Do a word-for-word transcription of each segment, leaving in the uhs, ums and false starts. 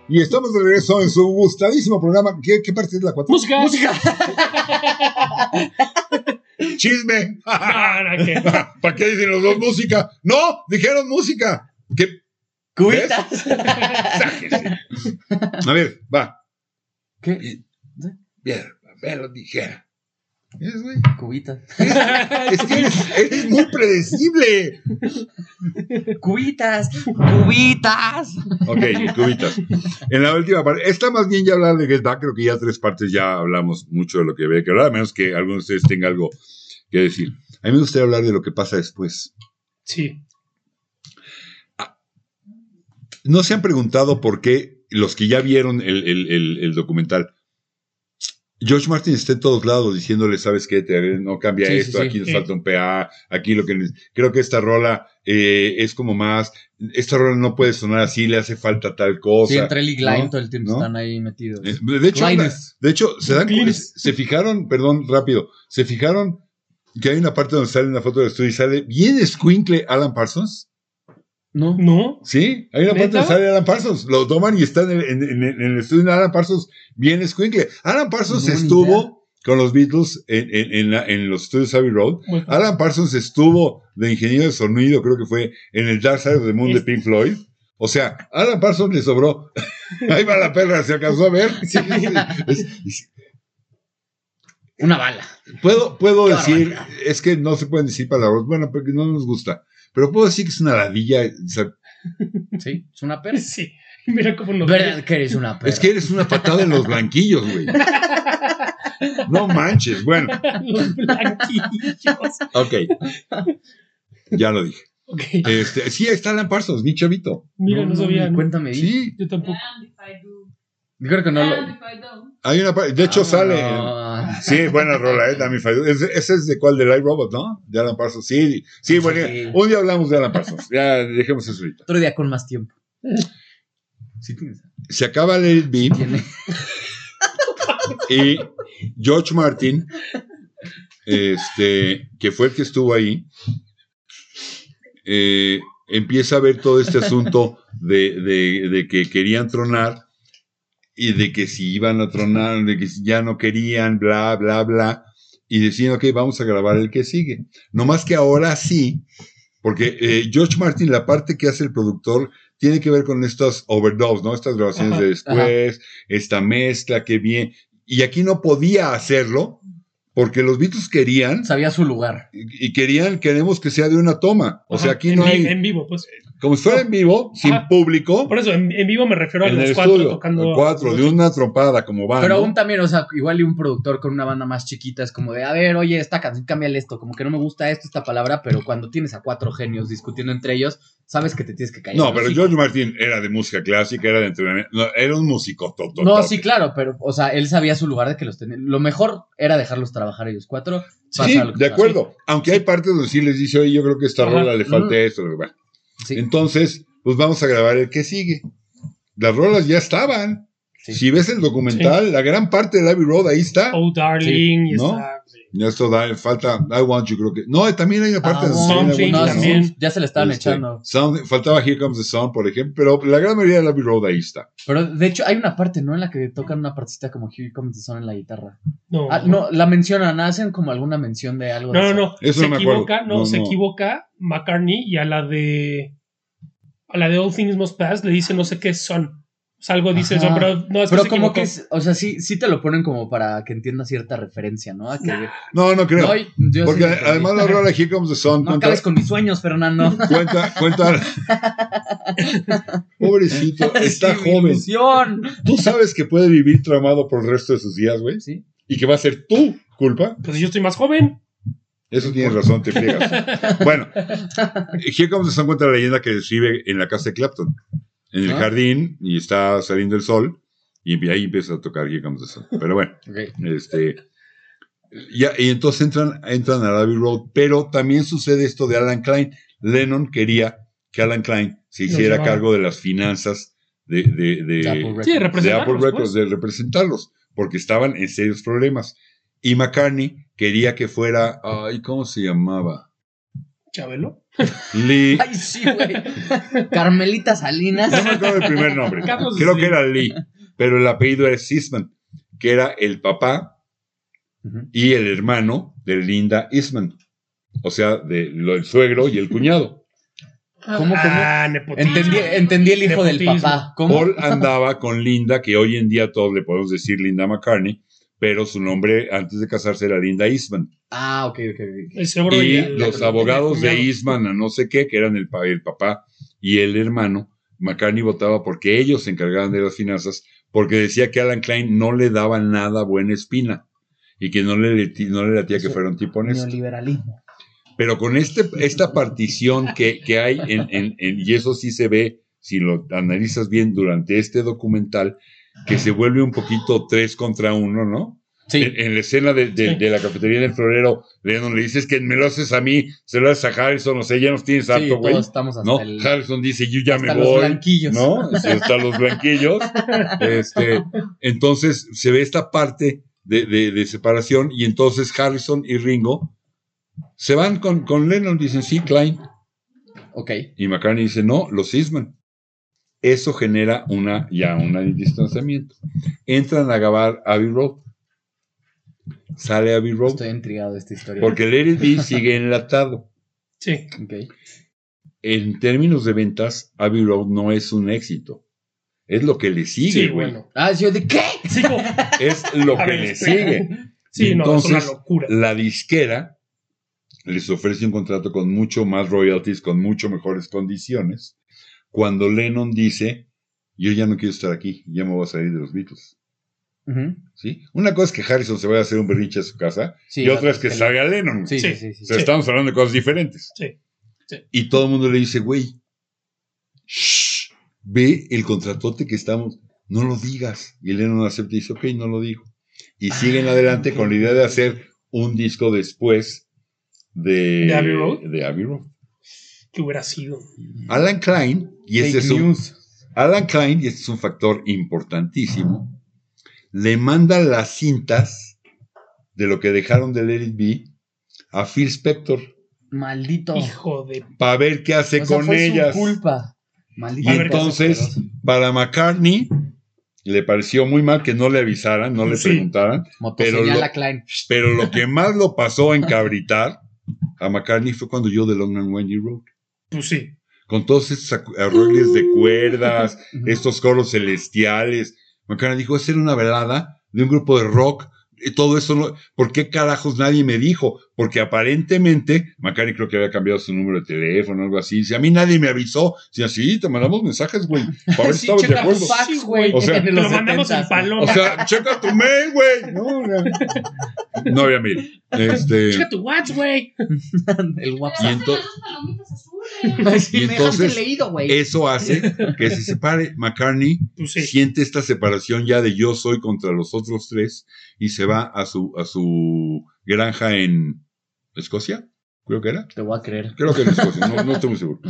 Y estamos de regreso en su gustadísimo programa. ¿Qué, qué parte es la cuatro? Música. Música. ¡Chisme! No, no, ¿qué? ¿Para qué dicen los dos música? ¡No! Dijeron música. ¿Qué? Cubitas. A ver, va. ¿Qué? Bien, me lo dijera. ¿Es, güey? Cubitas. Es que eres, eres muy predecible. Cubitas. Cubitas. Ok, cubitas. En la última parte, está más bien ya hablar de Get Back, creo que ya tres partes ya hablamos mucho de lo que ve que hablar, a menos que alguno de ustedes tenga algo que decir. A mí me gustaría hablar de lo que pasa después. Sí. ¿No se han preguntado por qué los que ya vieron el, el, el, el documental, George Martin está en todos lados diciéndole, ¿sabes qué? Te, no cambia Sí, esto, sí, sí. aquí nos Sí. falta un P A, aquí lo que... Creo que esta rola eh, es como más... Esta rola no puede sonar así, le hace falta tal cosa. Sí, entre él y Glenn ¿no? todo el tiempo ¿no? están ahí metidos. Eh, De hecho, Linus. de hecho se, dan, Linus. se fijaron, perdón, rápido, se fijaron que hay una parte donde sale una foto del estudio y sale bien escuincle Alan Parsons. No. ¿No? Sí, hay una parte ¿Neta? donde sale Alan Parsons. Lo toman y está en el, en, en- en el estudio de Alan Parsons bien escuincle. Alan Parsons No, ni estuvo con los Beatles en, en, en, la- en los estudios Abbey Road. Bueno. Alan Parsons estuvo de ingeniero de sonido, creo que fue en el Dark Side of the Moon de Es- Pink Floyd. O sea, Alan Parsons le sobró. Ahí va la perra, se alcanzó a ver. Sí, sí, es- es- Una bala. Puedo, puedo Qué decir, barbaridad. es que no se pueden decir palabras, bueno, porque no nos gusta, pero puedo decir que es una ladilla. O sea, Sí, es una perra. Sí. Mira cómo nos... ¿Verdad que eres una perra? es que eres una patada en los blanquillos, güey. No manches, bueno, Los blanquillos. ok. Ya lo dije. Ok. Este, sí, ahí está Alan Parsons, mi chavito. Mira, no, sabía. ni ¿no? Cuéntame. di. Sí, Yo tampoco. And if I do. Yo creo que no lo. And if I don't. hay una parte, de hecho Ah, sale. no. Sí, buena rola, eh, Damn If I Do. Ese, ese es de cuál, de Live Robot, ¿no? De Alan Parsons, sí, sí, bueno, Sí. un día hablamos de Alan Parsons, ya dejemos eso ahorita. Otro día con más tiempo. Sí tienes. Se acaba Let It Be Tiene. y George Martin, este, que fue el que estuvo ahí, eh, empieza a ver todo este asunto de, de, de que querían tronar y de que si iban a tronar, de que si ya no querían, bla, bla, bla, y decían, ok, vamos a grabar el que sigue. No más que ahora sí, porque eh, George Martin, la parte que hace el productor, tiene que ver con estas overdubs, ¿no? Estas grabaciones Ajá, de después, esta mezcla, que bien. Y aquí no podía hacerlo, porque los Beatles querían, Sabía su lugar. y y querían, queremos que sea de una toma. O Ajá, sea, aquí en no vi- hay, En vivo, pues. como si fuera en vivo, sin Ajá. público, Por eso, en, en vivo me refiero a en los el cuatro estudio, tocando. cuatro, de una trompada, como va, Pero ¿no? aún también, o sea, igual y un productor con una banda más chiquita es como de, a ver, oye, esta canción, cámbiale esto, como que no me gusta esto, esta palabra, pero cuando tienes a cuatro genios discutiendo entre ellos, sabes que te tienes que callar. No, el pero hocico. George Martin era de música clásica, era de entrenamiento, no, era un músico toto. No, sí, claro, pero, o sea, él sabía su lugar de que los tenía. Lo mejor era dejarlos trabajar ellos cuatro. Sí, pasa lo que de pasa. acuerdo. Aunque hay partes donde sí les dice, oye, yo creo que esta Ajá. rola le falta Ujú. esto. Bueno. Sí, Entonces, pues vamos a grabar el que sigue. Las rolas ya estaban. sí. Si ves el documental, la gran parte del Abbey Road ahí está. Oh, Darling. Y ¿no? está, sí. Ya esto da, falta I Want You, creo que. No, también hay una parte Ah, donde Something se viene I Want You, ¿no? también. Ya se le estaban Este, echando. Sound- faltaba Here Comes the Sun, por ejemplo, pero la gran mayoría del Abbey Road ahí está. Pero de hecho hay una parte, ¿no? En la que tocan una partecita como Here Comes the Sun en la guitarra. No, Ah, no, la mencionan, hacen como alguna mención de algo. no, de no, eso. no. Eso Se no me acuerdo. equivoca, no, No, se no. equivoca McCartney y a la de. A la de All Things Must Pass le dice no sé qué son. O sea, algo dice Ajá. eso, pero no es que Pero se como equivocó. que, es- o sea, sí, sí te lo ponen como para que entiendas cierta referencia, ¿no? A que, No, no creo. No, yo sí Porque lo entendí. además la rola Here Comes the Sun No cuenta, acabes con mis sueños, Fernando. cuenta, cuenta. Pobrecito, está Sí, mi joven. ilusión. Tú sabes que puede vivir traumado por el resto de sus días, güey. Sí. Y que va a ser tu culpa. Pues yo estoy más joven. Eso tienes razón, te friegas. Bueno, Here Comes the Sun cuenta la leyenda que vive en la casa de Clapton, en el Ah. jardín, y está saliendo el sol, y ahí empieza a tocar Here Comes the Sun. Pero bueno, Ok. este, ya, y entonces entran, entran a Abbey Road, pero también sucede esto de Alan Klein. Lennon quería que Alan Klein se Los hiciera llevaba. cargo de las finanzas de, de, de, Apple Records. Sí, de representarlos, Apple pues. Records, de representarlos, porque estaban en serios problemas. Y McCartney quería que fuera, ay, ¿cómo se llamaba? Chabelo. Lee. Ay, sí, güey. Carmelita Salinas. No me acuerdo del primer nombre. Carlos Creo Slim. que era Lee, pero el apellido es Eastman, que era el papá Ujú. y el hermano de Linda Eastman. O sea, de lo, el suegro y el cuñado. ¿Cómo, Ah, nepotismo. Entendí, entendí el hijo del Nepotismo. papá. ¿Cómo? Paul andaba con Linda, que hoy en día todos le podemos decir Linda McCartney, pero su nombre antes de casarse era Linda Eastman. Ah, ok, ok. ok. El suegro Y el- los el abogados de cuñado. Eastman, a no sé qué, que eran el, pa- el papá y el hermano, McCartney votaba porque ellos se encargaban de las finanzas, porque decía que Alan Klein no le daba nada buena espina y que no le, no le latía que Eso, fuera un tipo honesto. Neoliberalismo. Pero con este, esta partición que, que hay, en, en, en- y eso sí se ve, si lo analizas bien durante este documental, que se vuelve un poquito tres contra uno, ¿no? Sí. En, en la escena de, de, Sí. de la cafetería del florero, Lennon le dice, es que me lo haces a mí, se lo haces a Harrison, o sea, ya nos tienes Sí, harto, güey. todos estamos hasta ¿No? el... Harrison dice, yo ya hasta me los voy. blanquillos. ¿No? Sí, hasta los blanquillos. Este, entonces se ve esta parte de, de, de separación y entonces Harrison y Ringo se van con, con Lennon, dicen, sí, Klein. Ok. Y McCartney dice, no, los Eastman. Eso genera una, ya un distanciamiento. Entran a grabar Abbey Road. Sale Abbey Road. Estoy intrigado de esta historia. Porque el Let It Be sigue enlatado. Sí. Ok. En términos de ventas, Abbey Road no es un éxito. Es lo que le sigue, Sí, güey. bueno. Ah, ¿sí? ¿De qué? Sí, como- Es lo A que ver, le espera. sigue. sí Y no, entonces, es una locura. la disquera les ofrece un contrato con mucho más royalties, con mucho mejores condiciones. Cuando Lennon dice, yo ya no quiero estar aquí, ya me voy a salir de los Beatles. Ujú. ¿Sí? Una cosa es que Harrison se vaya a hacer un berrinche a su casa Sí, y otra es que le- salga Lennon. Sí, sí, Sí. sí. sí, O sea, Sí. estamos hablando de cosas diferentes. Sí. Y todo el mundo le dice, güey, shh, ve el contratote que estamos, no lo digas. Y Lennon acepta y dice, ok, no lo digo. Y siguen Ah, adelante ok. con la idea de hacer un disco después de, ¿De Abbey Road? de Abbey Road. Que hubiera sido. Alan Klein, y este Fake es un, news. Alan Klein, y este es un factor importantísimo, le manda las cintas de lo que dejaron de Let It Be a Phil Spector Maldito. Hijo de. para ver qué hace O sea, con fue ellas. su culpa. Maldito. Y A ver, entonces, asqueroso. para McCartney, le pareció muy mal que no le avisaran, no le Sí. preguntaran, pero Motoseñala lo- Klein. pero lo que más lo pasó a encabritar a McCartney fue cuando yo The Long and Windy Road. Pues sí. Con todos estos acu- arreglos de cuerdas, Ujú. estos coros celestiales. McCartney dijo, esa era una velada de un grupo de rock. Y todo eso, no, ¿por qué carajos nadie me dijo? Porque aparentemente, McCartney creo que había cambiado su número de teléfono o algo así. Dice, a mí nadie me avisó. Dice, sí, te mandamos mensajes, güey. Para ver si Sí, estabas de checa tu acuerdo. fax, Sí, güey. O sea, en Te los lo mandamos en setentas. paloma. O sea, checa tu mail, güey. No, no. No había mail. Este, Checa tu WhatsApp, güey. El y, WhatsApp. ento- palomitas azules. Sí, y me entonces, dejaste leído, güey. eso hace que se separe. McCartney Pues sí. siente esta separación ya de yo soy contra los otros tres y se va a su, a su granja en Escocia, creo que era. Te voy a creer. Creo que en Escocia, no, no estoy muy seguro.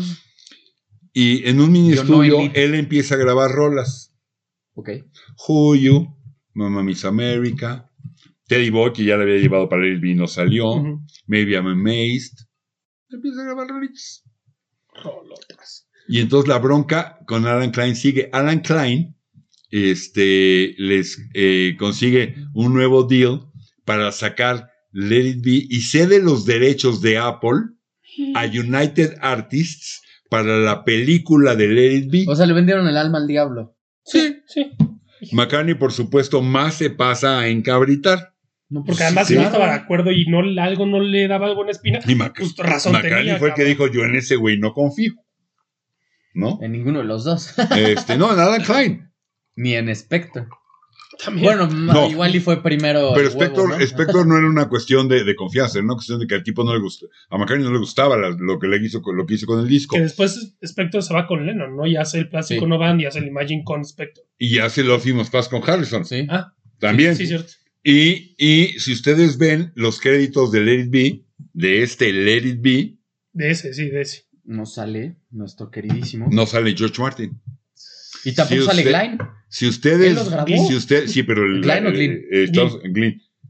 Y en un mini Yo no estudio, elite. él empieza a grabar rolas. Ok. Who You, Mamma Miss America, Teddy Boy, que ya le había llevado para el vino, salió. Ujú. Maybe I'm Amazed. Empieza a grabar rolitas. Rolotas. Y entonces la bronca con Alan Klein sigue. Alan Klein este, les eh, consigue un nuevo deal para sacar Let It Be y cede los derechos de Apple a United Artists para la película de Let It Be. O sea, le vendieron el alma al diablo. Sí, sí. McCartney, por supuesto, más se pasa a encabritar. No, pues, Porque además sí, si no claro. estaba de acuerdo y no algo no le daba alguna espina, Y Mac- pues razón McCartney tenía. fue el que cabrón. dijo, yo en ese güey no confío. ¿No? En ninguno de los dos. Este, no, en Alan Klein. Ni en Spectre. También. Bueno, No. igual y fue primero. Pero el huevo, Spector, ¿no? Spector no era una cuestión de, de confianza, era una cuestión de que al tipo no le gustó. A McCartney no le gustaba la- lo que le hizo, con- lo que hizo con el disco. Que después Spector se va con Lennon, ¿no? Y hace el Plástico Sí. No Band y hace el Imagine con Spector. Y hace Love Him Must Pass con Harrison. Sí. Ah, También. sí, cierto. Y, y si ustedes ven los créditos de Let It Be, de este Let It Be, De ese, sí, de ese. No sale nuestro queridísimo. no sale George Martin. Y tampoco Sí, sale usted- Glenn. Si ustedes. ¿Él los grabó? Si usted, sí, pero el. ¿Glenn o eh, Glyn? eh, estamos- Glyn.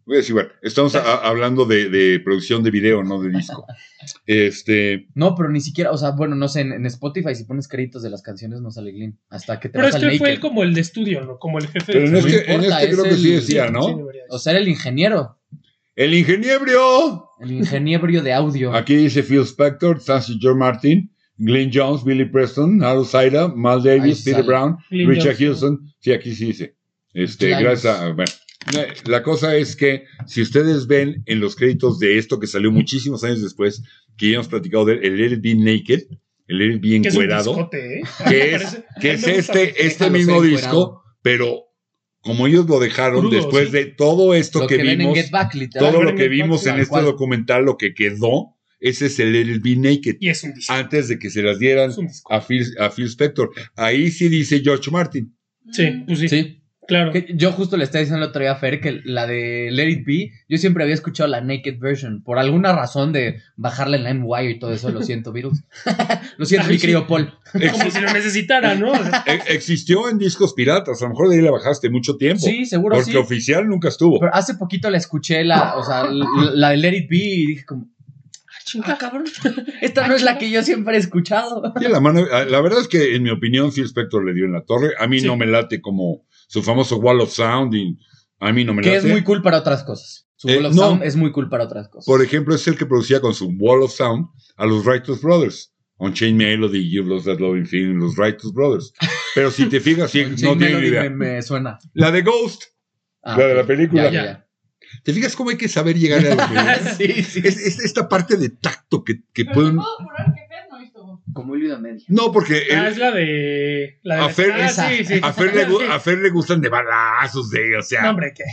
Voy a decir, bueno, estamos a, hablando de, de producción de video, no de disco. Este. No, pero ni siquiera, o sea, bueno, no sé, en, en Spotify si pones créditos de las canciones no sale Glenn. Hasta que te Pero vas es al que fue Naked. él como el de estudio, ¿no? Como el jefe Pero de en no este, en importa, este creo es que sí el- decía, Sí, ¿no? debería O sea, era el ingeniero. El ingeniero. El ingeniero de audio. Aquí dice Phil Spector, Sansi George Martin, Glenn Jones, Billy Preston, Harold Saida, Mal Davis, Ahí Peter sale. Brown, Glenn Richard Jones, Hilson. Sí, aquí sí dice. Este, Glenn. gracias a. Bueno, la, la cosa es que si ustedes ven en los créditos de esto que salió muchísimos años después, que ya hemos platicado de el Let It Be Naked, el Let It Be Que es un encuerado, discote, ¿eh? que es, Parece- que a es mí me gusta este, este Déjalo mismo ser disco, encuerado. pero como ellos lo dejaron Crudo, después sí. de todo esto Lo que, que ven en vimos, Get Back, literal. todo Ver lo en que Get Back, vimos en tal este cual. documental, lo que quedó, ese es el Let It Be Naked. Y es un disco. Antes de que se las dieran Es un disco. a Phil, a Phil Spector. Ahí sí dice George Martin. Sí, pues sí. Sí. Claro. Que yo justo le estaba diciendo el otro día a Fer que la de Let It Be, yo siempre había escuchado la Naked version. Por alguna razón de bajarla en LimeWire y todo eso, lo siento, Beatles. Lo siento, Ay, mi sí. querido Paul. Como si lo necesitara, ¿no? O sea, E- existió en discos piratas. A lo mejor de ahí la bajaste mucho tiempo. Sí, seguro Porque sí. oficial nunca estuvo. Pero hace poquito la escuché, la, o sea, la, la de Let It Be y dije como, ah, chinga. ah, cabrón, esta no es la que yo siempre he escuchado. Sí, la, mano- la verdad es que, en mi opinión, Phil Spector le dio en la torre. A mí Sí. no me late como su famoso Wall of Sound. Y a mí no me Que late. es muy cool para otras cosas. Su Eh, Wall of no. Sound es muy cool para otras cosas. Por ejemplo, es el que producía con su Wall of Sound a los Righteous Brothers. Unchained Melody, You Lost That Loving Feeling, los Righteous Brothers. Pero si te fijas, sí, Con no Chain tiene ni Melody idea. me, me suena. La de Ghost. Ah, La de ok. la película. Ya, ya, ya. ¿Te fijas cómo hay que saber llegar a la película? Sí, sí. Es, es esta parte de tacto que, que Pero pueden... te puedo jurar que Fer no ha visto Ghost. Como Ilio de media. No, porque Ah, él- es la de. La de A Fer- ah, esa. sí, sí. a, Fer le, gu- Sí. a Fer le gustan de balazos, de, o sea... No, hombre, ¿qué?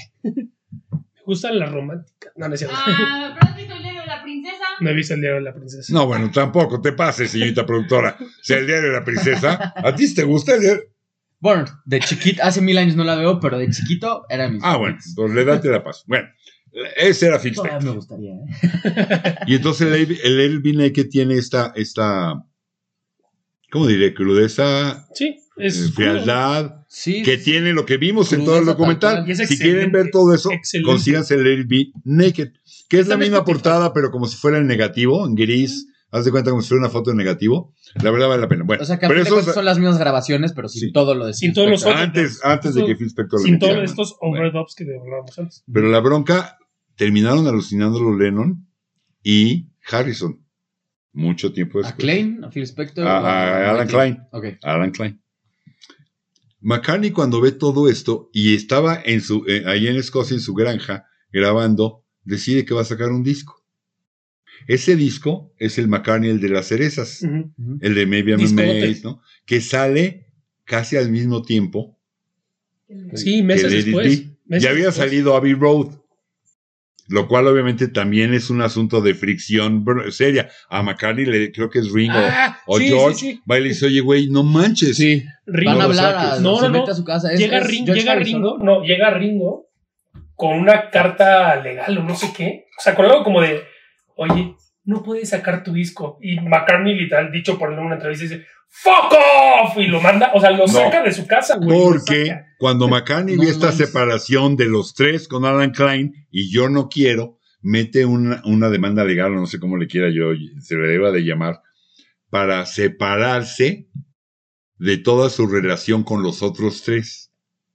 Me gustan las románticas. No, no es cierto. Ah, ¿pero has visto el diario de la princesa? No he visto el diario de la princesa. No, bueno, tampoco te pases, señorita productora. O sea, el diario de la princesa, ¿a ti te gusta el diario? Bueno, de chiquito, hace mil años no la veo, pero de chiquito era mi. Ah, bueno, pues le date la paz. Bueno, ese era Phil Todavía Spector. me gustaría, ¿eh? Y entonces el, el L B Naked tiene esta, esta, ¿cómo diré? Crudeza, Sí, eh, es. frialdad, Sí. que tiene lo que vimos en Crudeza todo el tal documental. cual. Y es Si excelente, quieren ver todo eso, excelente. consíganse el L B Naked, que es Está la en misma Spotify. portada, pero como si fuera en negativo, en gris. Haz de cuenta como si fuera una foto en negativo. La verdad vale la pena. Bueno, O sea que al pero fin de eso cuentas son las mismas grabaciones, pero sin Sí. todo lo de Sin Phil todos los Spector. otros. antes, antes de que Phil Spector lo Sin todos metiera. estos Bueno. overdubs que hablábamos antes. Pero la bronca, terminaron alucinándolo Lennon y Harrison. Mucho tiempo ¿A después. Klein? ¿A Phil Spector? A- o a Alan Michael? Klein. Ok. Alan Klein. McCartney, cuando ve todo esto y estaba en su, eh, ahí en Escocia, en su granja, grabando, decide que va a sacar un disco. Ese disco es el McCartney, el de las cerezas, Ujú. Ujú. el de Maybe I'm Discote. Amazed, ¿no? Que sale casi al mismo tiempo Sí, que meses Let It después. Be. meses Ya había después. salido Abbey Road, lo cual obviamente también es un asunto de fricción br- seria. A McCartney le, creo que es Ringo Ah, o sí, George, sí, sí. va y le dice, oye, güey, no manches. Sí. Ringo. Van a No lo hablar a, saques. No, se no, no. mete a su casa. Es, llega es Ring- George llega Harrison. Ringo, no, llega Ringo con una carta legal o no sé qué. O sea, con algo como de, oye, no puedes sacar tu disco. Y McCartney, literal, dicho por él en una entrevista, dice, ¡fuck off! Y lo manda, o sea, lo saca de su casa, güey. lo Porque saca. cuando McCartney No ve esta manches. separación de los tres con Alan Klein y yo no quiero, mete una, una demanda legal, o no sé cómo le quiera yo, se le deba de llamar, para separarse de toda su relación con los otros tres.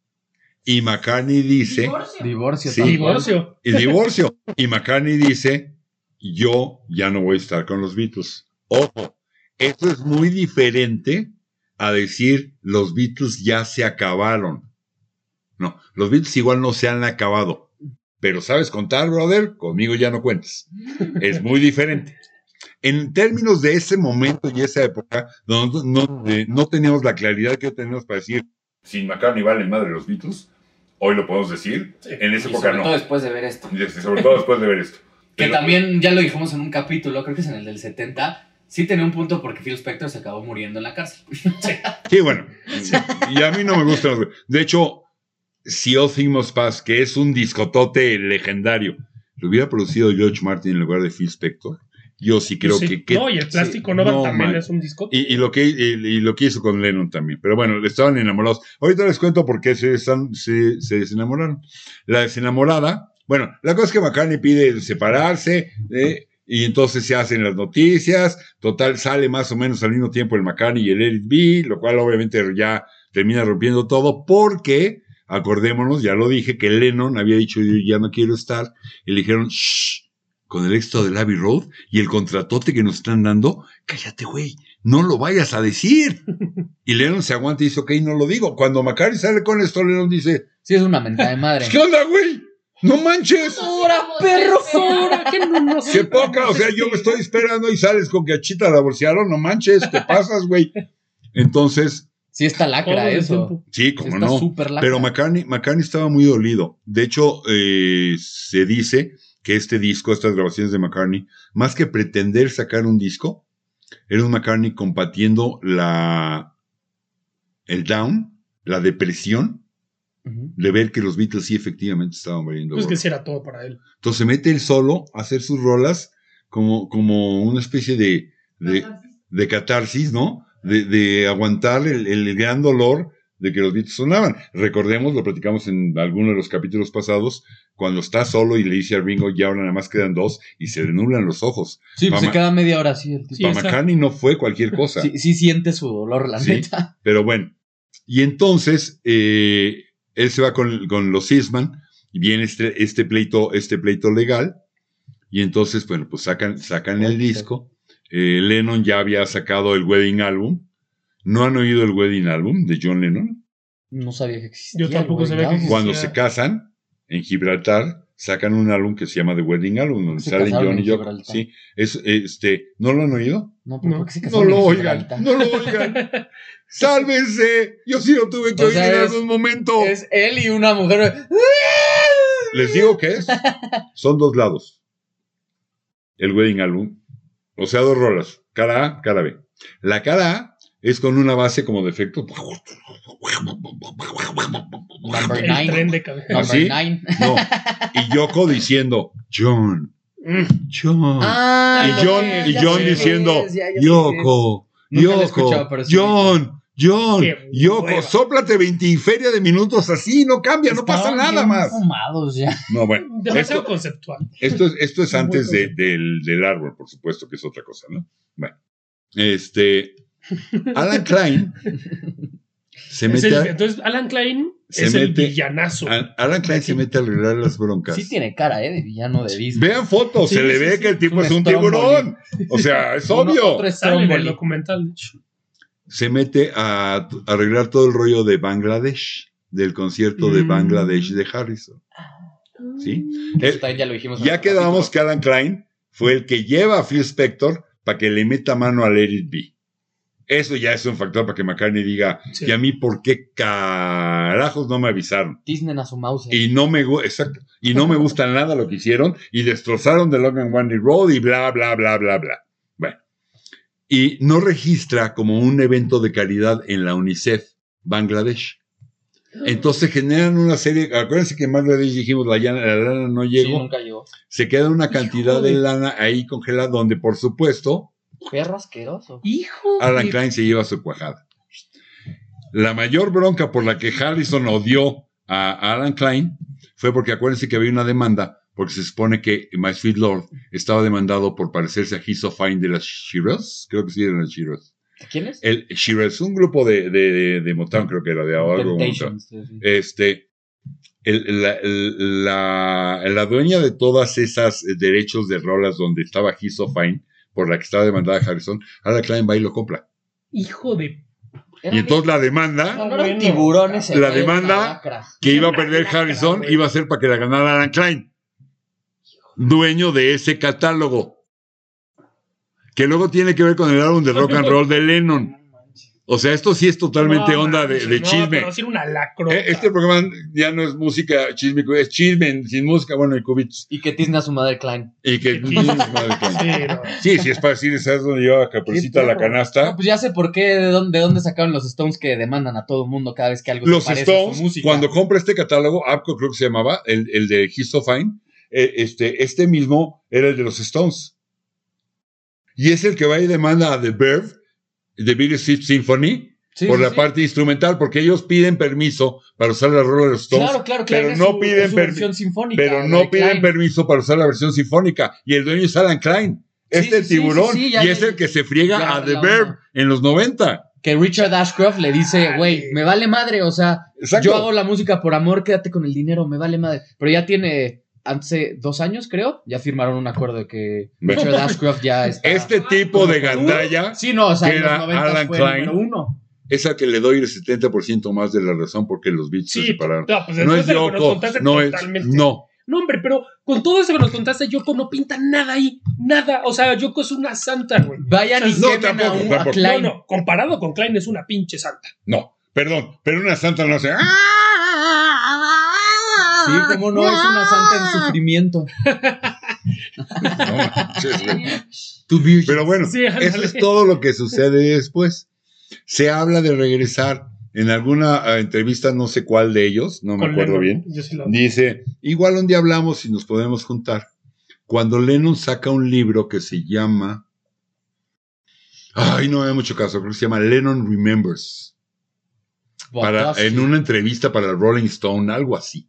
Y McCartney dice, Divorcio. Divorcio. Sí. tal cual. Divorcio. y divorcio, y McCartney dice, yo ya no voy a estar con los Beatles. Ojo, esto es muy diferente a decir, los Beatles ya se acabaron. No, los Beatles igual no se han acabado. Pero ¿sabes contar, brother? Conmigo ya no cuentes. Es muy diferente. En términos de ese momento y esa época, no, no, eh, no teníamos la claridad que tenemos para decir, sin McCartney vale madre los Beatles, hoy lo podemos decir, Sí. en esa Y época sobre no. todo después de ver esto. Y sobre todo después de ver esto. Que Pero- también ya lo dijimos en un capítulo, creo que es en el del setenta. Sí tenía un punto porque Phil Spector se acabó muriendo en la cárcel. Sí, bueno. Y a mí no me gustan los... De hecho, si All Things Must Pass, que es un discotote legendario, lo hubiera producido George Martin en lugar de Phil Spector, yo sí creo Sí. que... que- No, y el plástico sí, Nova no, también man. es un disco. Y, y lo que, y, y lo que hizo con Lennon también. Pero bueno, estaban enamorados. Ahorita les cuento por qué se, desan- se, se desenamoraron. La desenamorada, Bueno, la cosa es que McCartney pide separarse, eh, y entonces se hacen las noticias. Total, sale más o menos al mismo tiempo el McCartney y el Let It Be, lo cual obviamente ya termina rompiendo todo, porque, acordémonos, ya lo dije, que Lennon había dicho, yo ya no quiero estar, y le dijeron, shh, con el éxito de Abbey Road y el contratote que nos están dando, cállate, güey, no lo vayas a decir. Y Lennon se aguanta y dice, ok, no lo digo. Cuando McCartney sale con esto, Lennon dice, Sí, es una mentada de madre. ¿qué onda, güey? ¡No manches! ¡Ahora, perro! Ahora que no nos ¡Qué poca! O sea, yo me estoy esperando y sales con que a Chita la bolsearon, no manches, te pasas, güey. Entonces, Sí está lacra Todo el eso. tiempo. sí, como Está no. súper lacra. Pero McCartney, McCartney estaba muy dolido. De hecho, eh, se dice que este disco, estas grabaciones de McCartney, más que pretender sacar un disco, era un McCartney combatiendo la, el down, la depresión, Ujú. de ver que los Beatles sí efectivamente estaban valiendo Pues que gorro. sí era todo para él. Entonces se mete él solo a hacer sus rolas como, como una especie de, de, de catarsis, ¿no? De, de aguantar el, el gran dolor de que los Beatles sonaban. Recordemos, lo platicamos en alguno de los capítulos pasados, cuando está solo y le dice a Ringo, ya ahora nada más quedan dos, y se le nublan los ojos. Sí, pues Pa' se Ma- queda media hora así el tipo. Sí, Para esa- McCartney no fue cualquier cosa. Sí, sí siente su dolor, la Sí. neta. Pero bueno, y entonces eh, él se va con, con los Eastman y viene este, este pleito, este pleito legal, y entonces, bueno, pues sacan, sacan el Ok. disco. Eh, Lennon ya había sacado el Wedding Album. ¿No han oído el Wedding Album de John Lennon? No sabía que existía. Yo tampoco güey, sabía que ya, existía. Cuando se casan en Gibraltar, sacan un álbum que se llama The Wedding Album, donde Se salen casaron John y en Yoko. Gibraltar. Sí, es, este, ¿no lo han oído? No, pero No. ¿por qué se No casaron lo en oigan, Gibraltar? no lo oigan. ¡Sálvense! Yo sí lo tuve que O oír sea, en es- algún momento. Es él y una mujer. Les digo que es. Son dos lados. El Wedding Album. O sea, dos rolas. Cara A, cara B. La cara A es con una base como de efecto. Number El nine. tren de cabeza. Number ¿Así? nine. No. Y Yoko diciendo, John, Mm. John. Ah, y John, ya y sé John qué diciendo, es, ya- ya sé qué Yoko, Nunca lo he Yoko, escuchado, pero sí John, John, Qué Yoko, hueva. sóplate veinte y feria de minutos así, no cambia, es. no pasa Estaban nada bien más. fumados ya. No, bueno, Demasiado esto, conceptual. esto es, esto es Muy antes de- conceptual. del, del árbol, por supuesto, que es otra cosa, ¿no? Bueno, este, Alan Klein se Es mete, el- a, entonces, Alan Klein se es el mete- villanazo. a- Alan Klein se mete a arreglar las broncas. Sí tiene cara, ¿eh? De villano de Disney. Vean fotos, Sí, se le sí, ve sí. que el tipo Un es un Stromboli. tiburón. O sea, es Uno- obvio. otro Sale en el Stromboli. documental, de hecho. Se mete a, a arreglar todo el rollo de Bangladesh, del concierto de Mm. Bangladesh de Harrison. ¿Sí? Él- Esto también ya lo dijimos. en ya otro quedamos que capítulo. Alan Klein fue el que lleva a Phil Spector para que le meta mano a Let It Be. Eso ya es un factor para que McCartney diga, Sí. ¿y a mí por qué carajos no me avisaron? Disney a su mouse. Y no me gu- exacto, y no me gusta nada lo que hicieron y destrozaron The Long and Winding Road y bla bla bla bla bla. Bueno, y no registra como un evento de caridad en la UNICEF Bangladesh. Entonces generan una serie, acuérdense que en Bangladesh dijimos la, llana- la lana no Sí, llegó, nunca llegó. se queda una cantidad Híjole. de lana ahí congelada donde por supuesto Perro asqueroso. Hijo Alan de- Klein se lleva su cuajada. La mayor bronca por la que Harrison odió a Alan Klein fue porque acuérdense que había una demanda, porque se supone que My Sweet Lord estaba demandado por parecerse a He's So Fine de las Shirelles, creo que sí eran las Shirelles. ¿Quién es? El Shirelles, un grupo de, de, de, de Motown, creo que era de algo Motown. Temptations, sí, sí. Este, el- la, el- la, la dueña de todas esas eh, derechos de rolas donde estaba He's So Fine, por la que estaba demandada Harrison, Alan Klein va y lo compra. Hijo de. Era Y entonces la demanda No, no Bueno. eran tiburones. La era demanda- una lacra. que iba a perder Harrison iba a ser para que la ganara Alan Klein, dueño de ese catálogo, que luego tiene que ver con el álbum de rock and roll de Lennon. O sea, esto sí es totalmente No, onda de, manches, de no, chisme. pero sí era una lacrota. Eh, Este programa ya no es música chisme, es chisme sin música, bueno, y cubits. Y que tizna a su madre Klein. Y que Sí, no. sí, sí es para decir, ¿sabes dónde lleva Caperucita Qué la perro. canasta? No, pues ya sé por qué, de dónde, de dónde sacaron los Stones que demandan a todo mundo cada vez que algo Los se parece a Stones, su música. cuando compra este catálogo, Apco creo que se llamaba, el, el de He's So Fine, eh, este, este mismo era el de los Stones. Y es el que va y demanda a The Verve, The Billy Street Symphony, Sí, por sí, la sí. parte instrumental, porque ellos piden permiso para usar la rola de los Stones, Claro, claro, claro. pero es no su- piden es su permi- versión sinfónica. pero la no de piden Klein. permiso para usar la versión sinfónica. Y el dueño es Alan Klein, Sí, este sí, sí, tiburón, sí, sí, ya, y ya, es el ya, que se friega ya a agarré The la Verb onda. en los noventa. Que Richard Ashcroft le dice, güey, me vale madre, o sea, Exacto. yo hago la música por amor, quédate con el dinero, me vale madre. Pero ya tiene, hace dos años creo, ya firmaron un acuerdo de que Ve. Richard Ashcroft ya está... Este tipo de gandalla Sí, no, o sea, que en los era noventa Alan fue Klein. número uno. es al que le doy el setenta por ciento más de la razón porque los Beatles se Sí, separaron. no, pues No después es de lo que nos Yoko, contaste, no es, totalmente. no. No, hombre, pero con todo eso que nos contaste, Yoko no pinta nada ahí. Nada. O sea, Yoko es una santa, güey. Vayan y No, quemen tampoco, a, un, a tampoco. No, Klein. no. Comparado con Klein, es una pinche santa. No, perdón, pero una santa no hace. Sí, como no, es una santa en sufrimiento. No manches, güey. Tu virgen. Pero bueno, Sí, ándale. eso es todo lo que sucede después. Se habla de regresar. En alguna uh, entrevista, no sé cuál de ellos, no me Con acuerdo Lennon. bien, Yo sí lo... dice, igual un día hablamos y nos podemos juntar. Cuando Lennon saca un libro que se llama... Ay, no me da mucho caso, creo que se llama Lennon Remembers. Para, en una entrevista para Rolling Stone, algo así.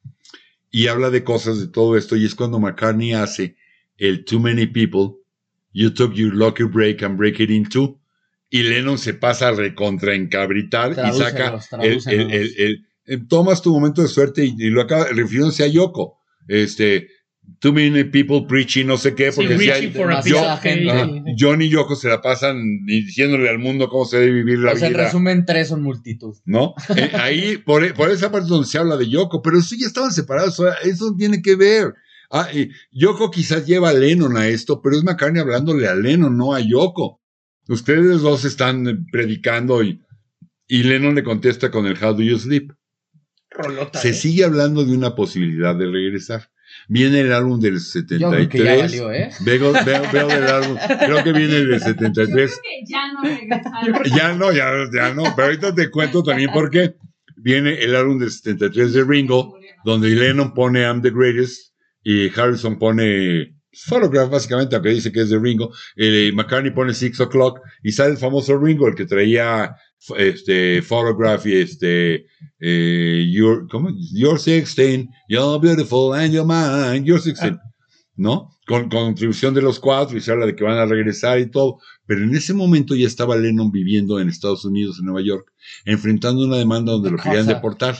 Y habla de cosas de todo esto, y es cuando McCartney hace el Too Many People, You Took Your Lucky Break and Break It in Two, y Lennon se pasa a recontraencabritar y saca el, el, el, el, el, el tomas tu momento de suerte y, y lo acaba refiriéndose a Yoko. Este, Too Many People Preaching, no sé qué, porque sí, si hay, for a yo, piece of cake. ajá, John y Yoko se la pasan diciéndole al mundo cómo se debe vivir la o sea, vida. en resumen, tres son multitud. ¿No? Eh, ahí, por, por esa parte donde se habla de Yoko, pero sí ya estaban separados, o sea, eso no tiene que ver. Ah, y Yoko quizás lleva a Lennon a esto, pero es McCartney hablándole a Lennon, no a Yoko. Ustedes dos están predicando y, y Lennon le contesta con el How Do You Sleep. Rolota, Se ¿eh? sigue hablando de una posibilidad de regresar. Viene el álbum del setenta y tres. Yo creo que ya valió, ¿eh? Veo, veo, veo del álbum, creo que viene del setenta y Yo tres. creo que ya no regresaron. Ya no, ya, ya no, pero ahorita te cuento también por qué. Viene el álbum del setenta y tres de Ringo, donde Lennon pone I'm the Greatest y Harrison pone Photograph, básicamente, aunque dice que es de Ringo. Eh, McCartney pone Six O'Clock y sale el famoso Ringo, el que traía este, Photograph y este, eh, you're, ¿cómo? You're sixteen, you're beautiful and you're mine, you're sixteen, ¿no? Con, con contribución de los cuatro y se habla de que van a regresar y todo. Pero en ese momento ya estaba Lennon viviendo en Estados Unidos, en Nueva York, enfrentando una demanda donde lo querían deportar.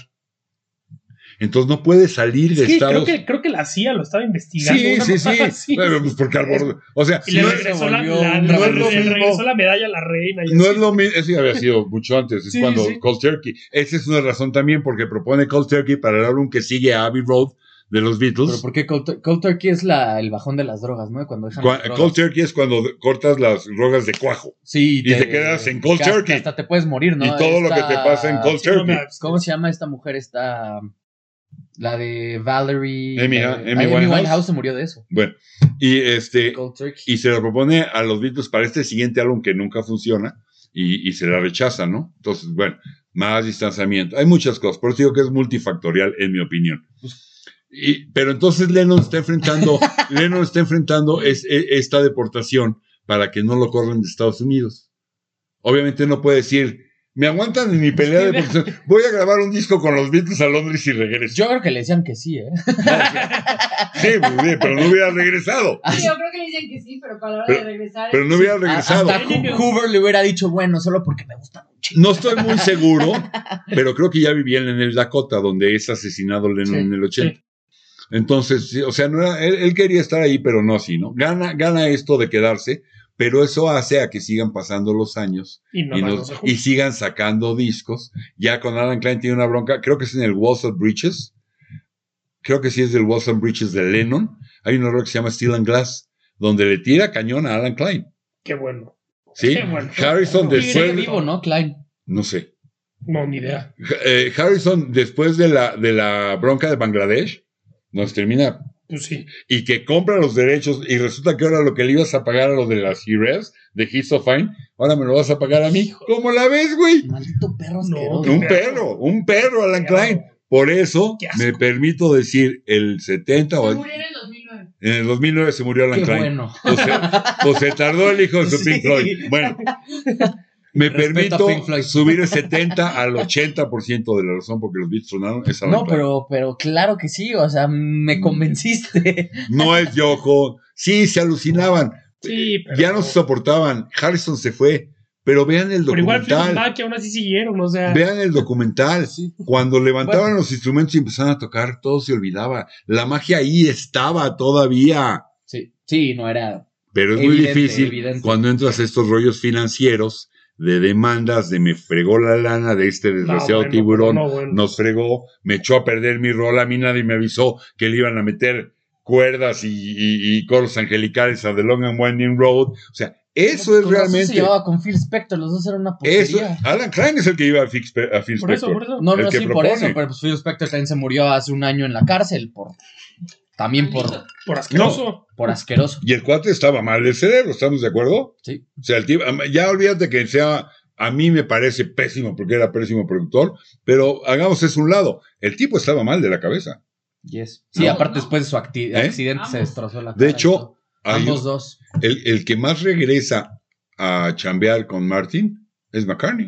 Entonces no puede salir Es de que Estados creo que creo que la C I A lo estaba investigando. Sí, una sí, sí. mamada así. Bueno, pues porque al borde- o sea, Y le no, regresó, la, volvió la, un la- no es lo le mismo. regresó la medalla a la reina. Y no así. es lo mismo, eso ya había sido mucho antes, es Sí, cuando sí. Cold Turkey. Esa es una razón también porque propone Cold Turkey para el álbum que sigue a Abbey Road de los Pero Beatles. porque Cold, Tur- Cold Turkey es la, el bajón de las drogas, ¿no? Cuando dejan Cua- las drogas. Cold Turkey es cuando cortas las rogas de cuajo. Sí, y te quedas en Cold que hasta- Turkey. Hasta te puedes morir, ¿no? Y todo lo que te pasa en Cold Sí, no Turkey. me- ¿Cómo se llama esta mujer? Esta... La de Valerie... Amy- la de- Amy Ay, Winehouse. se murió de eso. Bueno, y este Cold Turkey. y se lo propone a los Beatles para este siguiente álbum que nunca funciona y, y se la rechazan, ¿no? Entonces, bueno, más distanciamiento. Hay muchas cosas, por eso digo que es multifactorial en mi opinión. Y, pero entonces Lennon está enfrentando, Lennon está enfrentando es, es- esta deportación para que no lo corran de Estados Unidos. Obviamente no puede decir, me aguantan en mi pelea de deportación, voy a grabar un disco con los Beatles a Londres y regreso. Yo creo que le decían que sí, ¿eh? Sí, muy bien, pero no hubiera regresado. Sí, yo creo que le dicen que sí, pero para la hora Pero- de regresar. Pero no hubiera regresado. Hasta Ho- Hoover le hubiera dicho, bueno, solo porque me gustan un chingo. No estoy muy seguro, pero creo que ya vivían en el Dakota, donde es asesinado Lennon Sí, en el ochenta. Entonces, sí, o sea, no era, él, él quería estar ahí, pero no así, ¿no? Gana, gana esto de quedarse, pero eso hace a que sigan pasando los años Y no y, más nos- no se juntan. y sigan sacando discos. Ya con Alan Klein tiene una bronca, creo que es en el Walls of Bridges, creo que sí es del Walls of Bridges de Lennon. Hay un error que se llama Steel and Glass, donde le tira cañón a Alan Klein. Qué bueno. ¿Sí? Qué bueno. Harrison No, Sigue después, vivo, ¿no, Klein? no sé. No, ni idea. Eh, Harrison, después de la, de la bronca de Bangladesh, nos termina Pues sí. y que compra los derechos y resulta que ahora lo que le ibas a pagar a lo de las Heroes de He's So Fine, ahora me lo vas a pagar a mí. ¿Cómo la ves, güey? Maldito perro No, asqueroso. Un perro, un perro, Alan Qué Klein. Por eso Qué asco. me permito decir el setenta o Se el- murió en el dos mil nueve. en el dos mil nueve se murió Alan Qué Klein. bueno. Pues, se, pues se tardó el hijo de su Sí. Pink Floyd. Bueno, Me Respeto permito a Pink Floyd. subir el setenta al ochenta por ciento de la razón porque los Beatles sonaron. Esa No, banda. pero, pero claro que sí, o sea, me convenciste. No es Yoko. Sí, se alucinaban. Sí, pero. Ya no se soportaban. Harrison se fue. Pero vean el Pero igual Fleetwood documental. Mac, que aún así siguieron, o sea. Vean el documental. Sí. Cuando levantaban Bueno. los instrumentos y empezaban a tocar, todo se olvidaba. La magia ahí estaba todavía. Sí, sí, no era. Pero es muy Evidente, difícil evidente. cuando entras a estos rollos financieros de demandas, de me fregó la lana de este No, desgraciado bueno, tiburón, no, bueno. nos fregó, me echó a perder mi rol, a mí nadie me avisó que le iban a meter cuerdas y, y, y coros angelicales a The Long and Winding Road. O sea, eso No, es con razón realmente... Se llevaba con Phil Spector, los dos eran una Eso, porquería. Alan Klein es el que iba a, Fix, a Phil Por eso, Spector. por eso. No, el no, que sí, por propone. eso, pero pues Phil Spector también se murió hace un año en la cárcel, por también por, Por asqueroso. por asqueroso. Y el cuate estaba mal del cerebro, ¿estamos de acuerdo? Sí. O sea, el tipo, ya olvídate que sea, a mí me parece pésimo porque era pésimo productor, pero hagamos eso a un lado. El tipo estaba mal de la cabeza. Yes. Sí, No, aparte no. después de su acti- ¿Eh? accidente se Ambos. destrozó la cara. De y hecho, todo. hay ambos un- dos. el, el que más regresa a chambear con Martin es McCartney.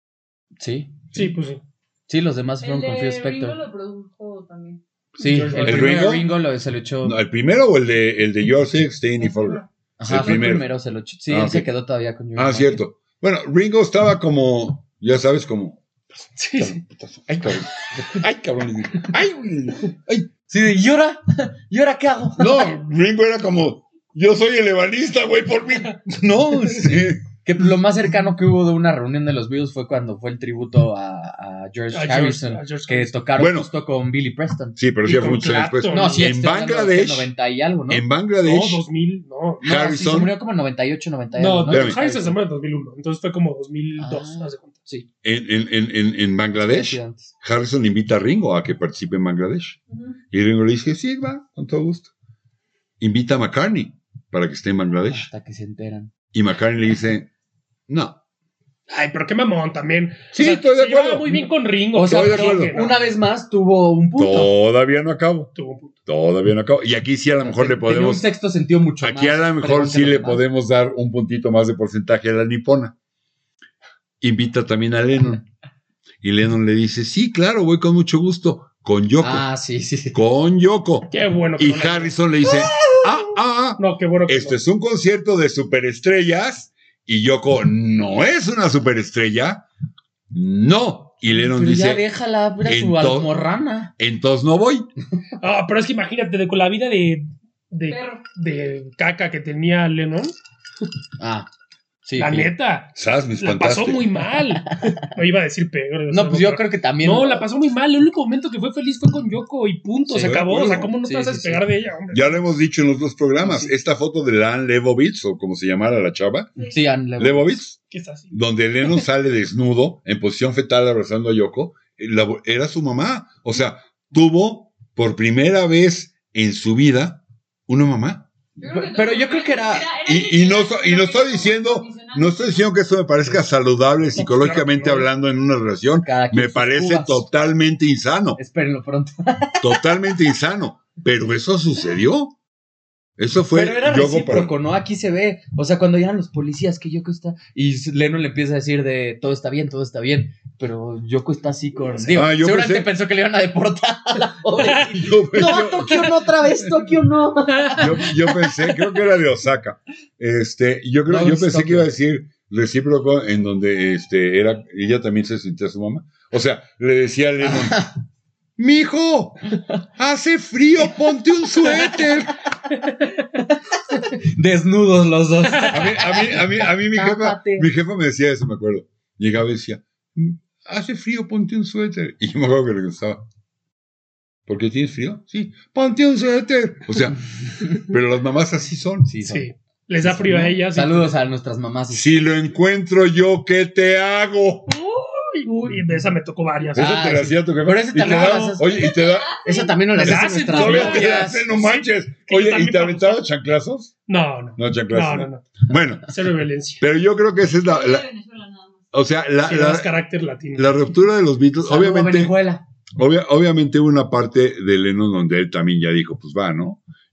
Sí. Sí, pues sí. Sí, los demás El fueron con Phil de Ringo Spector. lo produjo también. Sí, George el, ¿El primero Ringo? de Ringo lo, se lo echó. No, ¿el primero o el de, el de Your Six, Staying in Folder? Ajá, el fue el primero. primero, se lo echó. Sí, Ah, él ok. se quedó todavía con George Ah, Martin. cierto. Bueno, Ringo estaba como, ya sabes, como... Sí, sí. Ay, cabrón. Ay, cabrón. Ay, ay. Sí, de, ¿y ahora? ¿Y ahora qué hago? No, Ringo era como, yo soy el ebanista, güey, por mí. No, sí. Que lo más cercano que hubo de una reunión de los Beatles fue cuando fue el tributo a, a George A George- Harrison, a George que Harrison. tocaron Bueno. justo con Billy Preston. Sí, pero Y sí con fue muchos años después. Clapton. No, sí, en estoy hablando de Bangladesh, noventa y algo, ¿no? en No, Bangladesh, dos mil, no. No, sí, Harrison- se murió como en noventa y ocho, noventa y No, algo, ¿no? espérame. Harrison se murió en dos mil uno, entonces fue como dos mil dos, Ah. haz de cuenta. Sí, en, en, en, en- en Bangladesh, sí, antes. Harrison invita a Ringo a que participe en Bangladesh. Ujú. Y Ringo le dice, sí, va, con todo gusto. Invita a McCartney para que esté en Bangladesh. Hasta que se enteran. Y McCartney le dice, no. Ay, pero qué mamón también. Sí, O sea, estoy de se llevaba acuerdo. muy bien con Ringo. O sea, Estoy de pero acuerdo. que- una vez más tuvo un punto. Todavía no acabo. Tuvo un punto. Todavía no acabo. Y aquí sí a lo mejor le Tenía un podemos... sexto sentido mucho Aquí más a lo mejor fregón sí que los le demás. podemos dar un puntito más de porcentaje a la nipona. Invita también a Lennon. Y Lennon le dice, sí, claro, voy con mucho gusto. Con Yoko. Ah, sí, sí, sí. Con Yoko. Qué bueno. que Y no la- Harrison le dice, ah, ah, ah, No, qué bueno que esto no. es un concierto de superestrellas. Y Yoko no es una superestrella. No. Y Lennon Pero ya dice, déjala, era su "Ento- almorrana. entonces no voy. Ah, pero es que imagínate, de, con la vida de, de, Perro. de caca que tenía Lennon, Ah, sí. la sí. neta, ¿Sabes? Me la pasó espantaste. muy mal. No iba a decir peor. o sea, No, pues yo pero- creo que también. No, la pasó muy mal. El único momento que fue feliz fue con Yoko y punto, Sí, se de acabó. acuerdo. O sea, ¿cómo no Sí, te vas a sí, despegar sí. de ella, hombre? Ya lo hemos dicho en los dos programas. Sí. Esta foto de Lan Lebovitz, o como se llamara la chava, Sí, Anne Leibovitz. Lebovitz, ¿Qué está así? donde Lennon sale desnudo, en posición fetal, abrazando a Yoko, la- era su mamá. O sea, tuvo por primera vez en su vida una mamá. Yo creo que Pero todo- yo creo que era- Y, y no, so- y no estoy diciendo, no estoy diciendo que eso me parezca saludable psicológicamente claro que no. hablando en una relación. Cada quien Me sus parece cubas. totalmente insano, Espérenlo pronto. totalmente insano. Pero eso sucedió. Eso fue Pero era Yoko para- recíproco, ¿no? Aquí se ve. O sea, cuando llegan los policías, que Yoko está. Y Lennon le empieza a decir de todo está bien, todo está bien. Pero Yoko está así con. Digo, Ah, yo seguramente pensé- pensó que le iban a deportar a la pobre. Yo- No, Tokio no otra vez, Tokio no. Yo, yo pensé, creo que era de Osaka. Este, yo creo, No, yo es pensé que Tokio. iba a decir recíproco en donde este era, ella también se sentía su mamá. O sea, le decía a Lennon, mijo, hace frío, ponte un suéter. Desnudos los dos. A mí, a mí, a mí, a mí mi jefa, Tápate. mi jefa me decía eso, me acuerdo. Llegaba y decía, "Mm, hace frío, ponte un suéter. Y yo me acuerdo que le gustaba. ¿Por qué tienes frío? Sí, ponte un suéter. O sea, pero las mamás así son. Sí, son- Sí. Les da frío a ellas. y- Saludos a nuestras mamás. Si lo encuentro yo, ¿qué te hago? Uy, uy, de esa me tocó varias. Eso Ah, te lo sí. hacía tu jefa. Pero ese Y te también da- lo haces- Oye, y te da. Eso también nos Me las la hacen hacen nuestras Todavía te novias. hace, no manches. que yo Oye, también ¿y te me aventaba gusta. chanclazos? No, no. No, chanclazos. No, no, no. Bueno, Cero violencia. pero yo creo que esa es la. Soy de la- Venezuela nada más. o sea, la, Sí, la, das carácter latino. la ruptura de los Beatles, Saludo a obviamente. Venezuela. Obvia- obviamente hubo una parte de Lennon donde él también ya dijo, pues va, ¿no?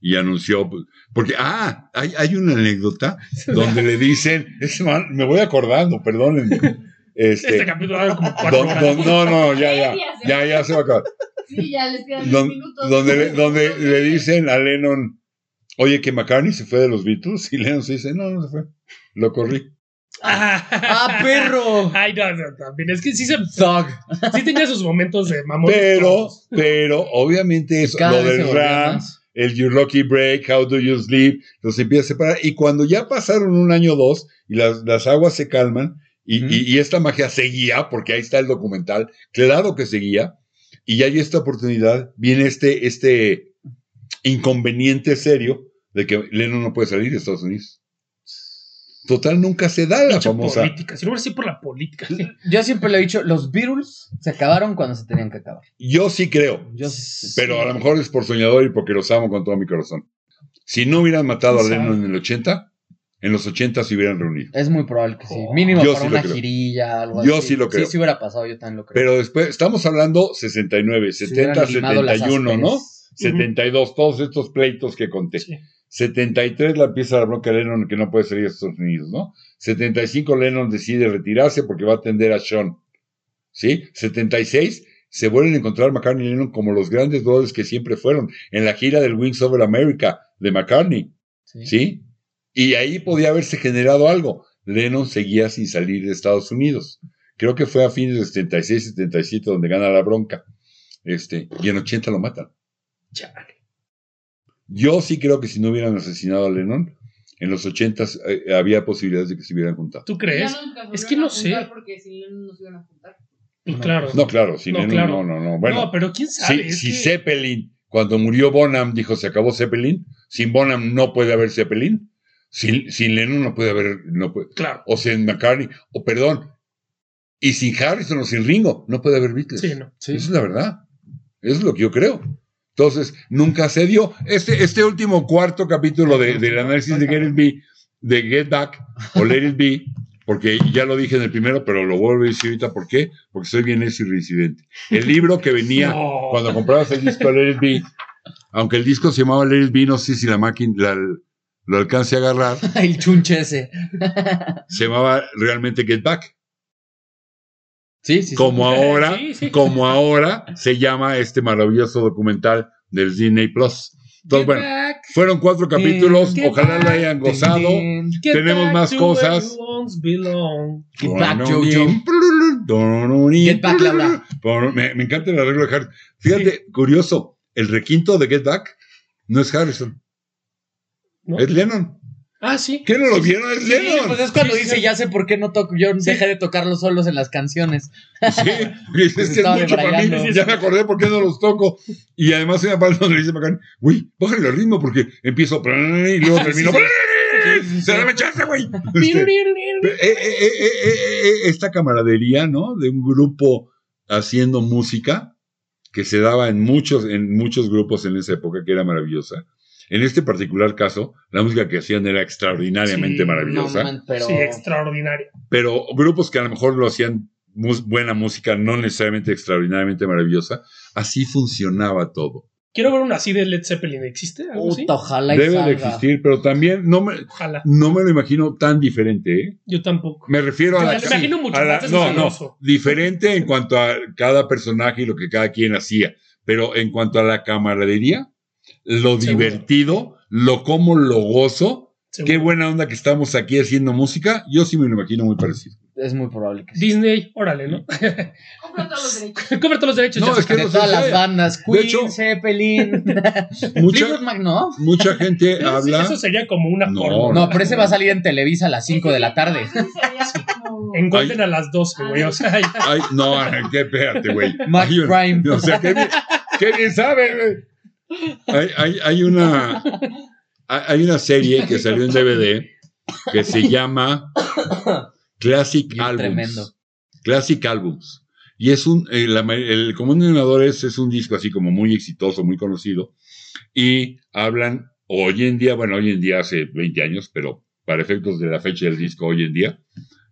y anunció, porque, ah, hay, hay una anécdota donde le dicen, ese man, me voy acordando, perdónenme. Este, Este capítulo dura como cuatro don- horas. don- no, no, ya, ya, ya, ya se va a acabar. Sí, ya les quedan diez Don- minutos. donde, le, donde le dicen a Lennon, oye, que McCartney se fue de los Beatles, y Lennon se dice, no, no se fue, lo corrí. ¡Ah, perro! Ay, no, no, también. Es que sí, se, Thug. sí tenía sus momentos de mamón. Pero, pero, obviamente, eso, Cada lo vez se del volvía Ram, más. el Your Lucky Break, How Do You Sleep, los empieza a separar. Y cuando ya pasaron un año o dos y las, las aguas se calman y, Ujú. y, y esta magia seguía, porque ahí está el documental, claro que seguía, y ya hay esta oportunidad, viene este, este inconveniente serio de que Lennon no puede salir de Estados Unidos. Total, nunca se da la Pinche famosa. política. Si no hubiera sido por la política. Yo siempre le he dicho, los Beatles se acabaron cuando se tenían que acabar. Yo sí creo, Yo pero a lo mejor es por soñador y porque los amo con todo mi corazón. Si no hubieran matado a ¿Quién sabe? Lennon en el ochenta, en los ochenta se hubieran reunido. Es muy probable que sí. Oh, Mínimo yo para sí lo una creo. girilla, algo Yo así. sí lo creo. Sí, sí hubiera pasado, yo también lo creo. Pero después, estamos hablando sesenta y nueve, Si setenta, hubieran limado las setenta y uno, ¿no? asperes. setenta y dos, todos estos pleitos que conté. Sí. setenta y tres la empieza la bronca de Lennon que no puede salir de Estados Unidos, ¿no? setenta y cinco Lennon decide retirarse porque va a atender a Sean, ¿sí? setenta y seis se vuelven a encontrar McCartney y Lennon como los grandes brothers que siempre fueron en la gira del Wings Over America de McCartney, Sí. ¿sí? Y ahí podía haberse generado algo. Lennon seguía sin salir de Estados Unidos. Creo que fue a fines de setenta y seis, setenta y siete donde gana la bronca. Este, y en ochenta lo matan. Chale. Yo sí creo que si no hubieran asesinado a Lennon, en los ochentas eh, había posibilidades de que se hubieran juntado. ¿Tú Ya crees? nunca se Es que volvieron no a juntar sé. Porque si no nos iban a juntar. Pues No, claro. No, claro, sin No, Lennon, claro. no, no, no. Bueno, No, pero quién sabe. si, es si que- Zeppelin, cuando murió Bonham, dijo se acabó Zeppelin, sin Bonham no puede haber Zeppelin, sin, sin Lennon no puede haber, no puede, Claro. o sin McCartney, o perdón, y sin Harrison o sin Ringo, no puede haber Beatles. Sí, no. Sí. Esa es la verdad. Eso es lo que yo creo. Entonces, nunca se dio. Este, este último cuarto capítulo de, del análisis de Get It Be, de Get Back o Let It Be, porque ya lo dije en el primero, pero lo vuelvo a decir ahorita. ¿Por qué? Porque soy bien ese y reincidente. El libro que venía No. cuando comprabas el disco Let It Be, aunque el disco se llamaba Let It Be, no sé si la máquina la- lo alcance a agarrar, El chunche ese. se llamaba realmente Get Back. Sí, sí, sí. Como ahora, Sí, sí. como ahora se llama este maravilloso documental del Disney Plus. Entonces, Get bueno, back, fueron cuatro capítulos, Get ojalá lo back, hayan gozado. get tenemos back más to cosas. where you once belong. Get back, Jojo. Get back, Laura. Me, me encanta el arreglo de Harrison. Fíjate, curioso, el requinto de Get Back no es Harrison, ¿No? es Lennon. Ah, sí. ¿Qué no lo vieron? Es Sí, Lennon. pues es cuando Sí, sí, dice, sí. ya sé por qué no toco, yo dejé de tocar los solos en las canciones. Sí, es que es Estaba mucho para mí. debrayando. Ya me acordé por qué no los toco. Y además hay una parte donde le dice McCartney, güey, bájale el ritmo porque empiezo y luego termino. ¡Se dame chance, güey! Este, eh, eh, eh, eh, eh, eh, esta camaradería, ¿no? De un grupo haciendo música que se daba en muchos, en muchos grupos en esa época, que era maravillosa. En este particular caso, la música que hacían era extraordinariamente Sí, maravillosa. No, man, pero... Sí, extraordinario. Pero grupos que a lo mejor lo hacían mus- buena música, no necesariamente extraordinariamente maravillosa, así funcionaba todo. Quiero ver una así de Led Zeppelin. ¿Existe algo así? Puta, ojalá y Debe salga. de existir, pero también no me, Ojalá. no me lo imagino tan diferente, ¿eh? Yo tampoco. Me refiero a Yo la, me lo imagino mucho a la- más no, no, desmadroso. diferente en cuanto a cada personaje y lo que cada quien hacía, pero en cuanto a la camaradería, lo Seguro. divertido, lo como lo gozo, Seguro. qué buena onda que estamos aquí haciendo música, yo sí me lo imagino muy parecido. Es muy probable que sí. Disney, órale, ¿no? Compra todos los derechos. Compra todos los derechos. No, ya es que se De no todas sé, las sé. bandas, De Queen, hecho, Zeppelin, Mucha, Fleetwood Mac, ¿no? mucha gente Eso- habla. Eso sería como una No, porno. No, pero ese va a salir en Televisa a las cinco de la tarde. Ese sería como- En Golden a las doce, güey. O sea, ya. Ay, no, qué espérate, güey. Mac Hay un- Prime. O sea, qué bien, qué bien sabe, güey. Hay, hay, hay una hay hay una serie que salió en D V D que se llama Classic Bien Albums. tremendo. Classic Albums. Y es un, eh, la ma- el común denominador es, es un disco así como muy exitoso, muy conocido. Y hablan hoy en día, bueno, hoy en día hace veinte años, pero para efectos de la fecha del disco hoy en día,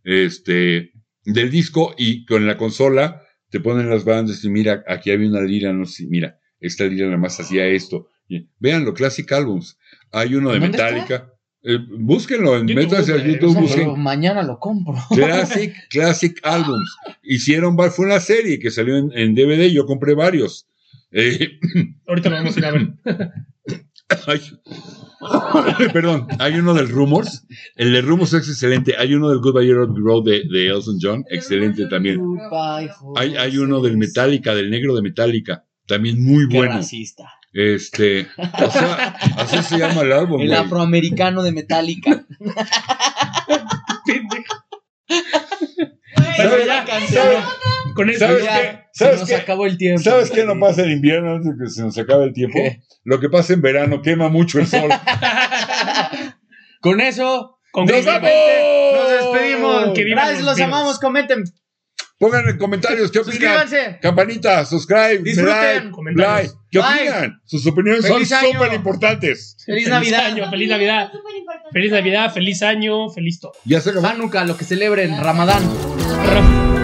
este, del disco y con la consola te ponen las bandas y mira, aquí había una lira, no sé, mira, esta lira nada más hacía esto. Véanlo, Classic Albums. Hay uno de ¿Dónde Metallica. Eh, búsquenlo, en YouTube, métanse a güey. YouTube, Pero busquen mañana lo compro. Classic, Classic Albums. Hicieron, fue una serie que salió en, en D V D, yo compré varios. Eh, Ahorita lo vamos a ir a ver. Ay, perdón, hay uno del Rumors. El de Rumors es excelente. Hay uno del Goodbye Yellow Brick Road de, de Elton John, excelente también. Goodbye, Hay, hay uno del Metallica, del negro de Metallica, también muy Qué bueno. racista. Este, o sea, así se llama el álbum. El güey. afroamericano de Metallica. Bueno, ¿Sabes? ya, ¿Sabes? con eso ¿Sabes ya. qué? Se ¿Sabes nos qué? acabó el tiempo. ¿Sabes qué no pasa en invierno antes de que se nos acabe el tiempo? ¿Qué? Lo que pasa en verano, quema mucho el sol. Con eso, Con ¡Nos que- vamos! nos despedimos. Que vivan Gracias, los los Beatles. amamos. Comenten. Pongan en comentarios qué opinan. Suscríbanse. Campanita, subscribe, Disfruten. like, Comentarios. like. ¿Qué Bye. opinan? Sus opiniones Feliz son año. súper importantes. Feliz Feliz Navidad. año, feliz Navidad. Súper importante. Feliz Navidad, feliz año, feliz todo. Ya se acabó. Hanukkah, lo que celebren. Ramadán. Ra-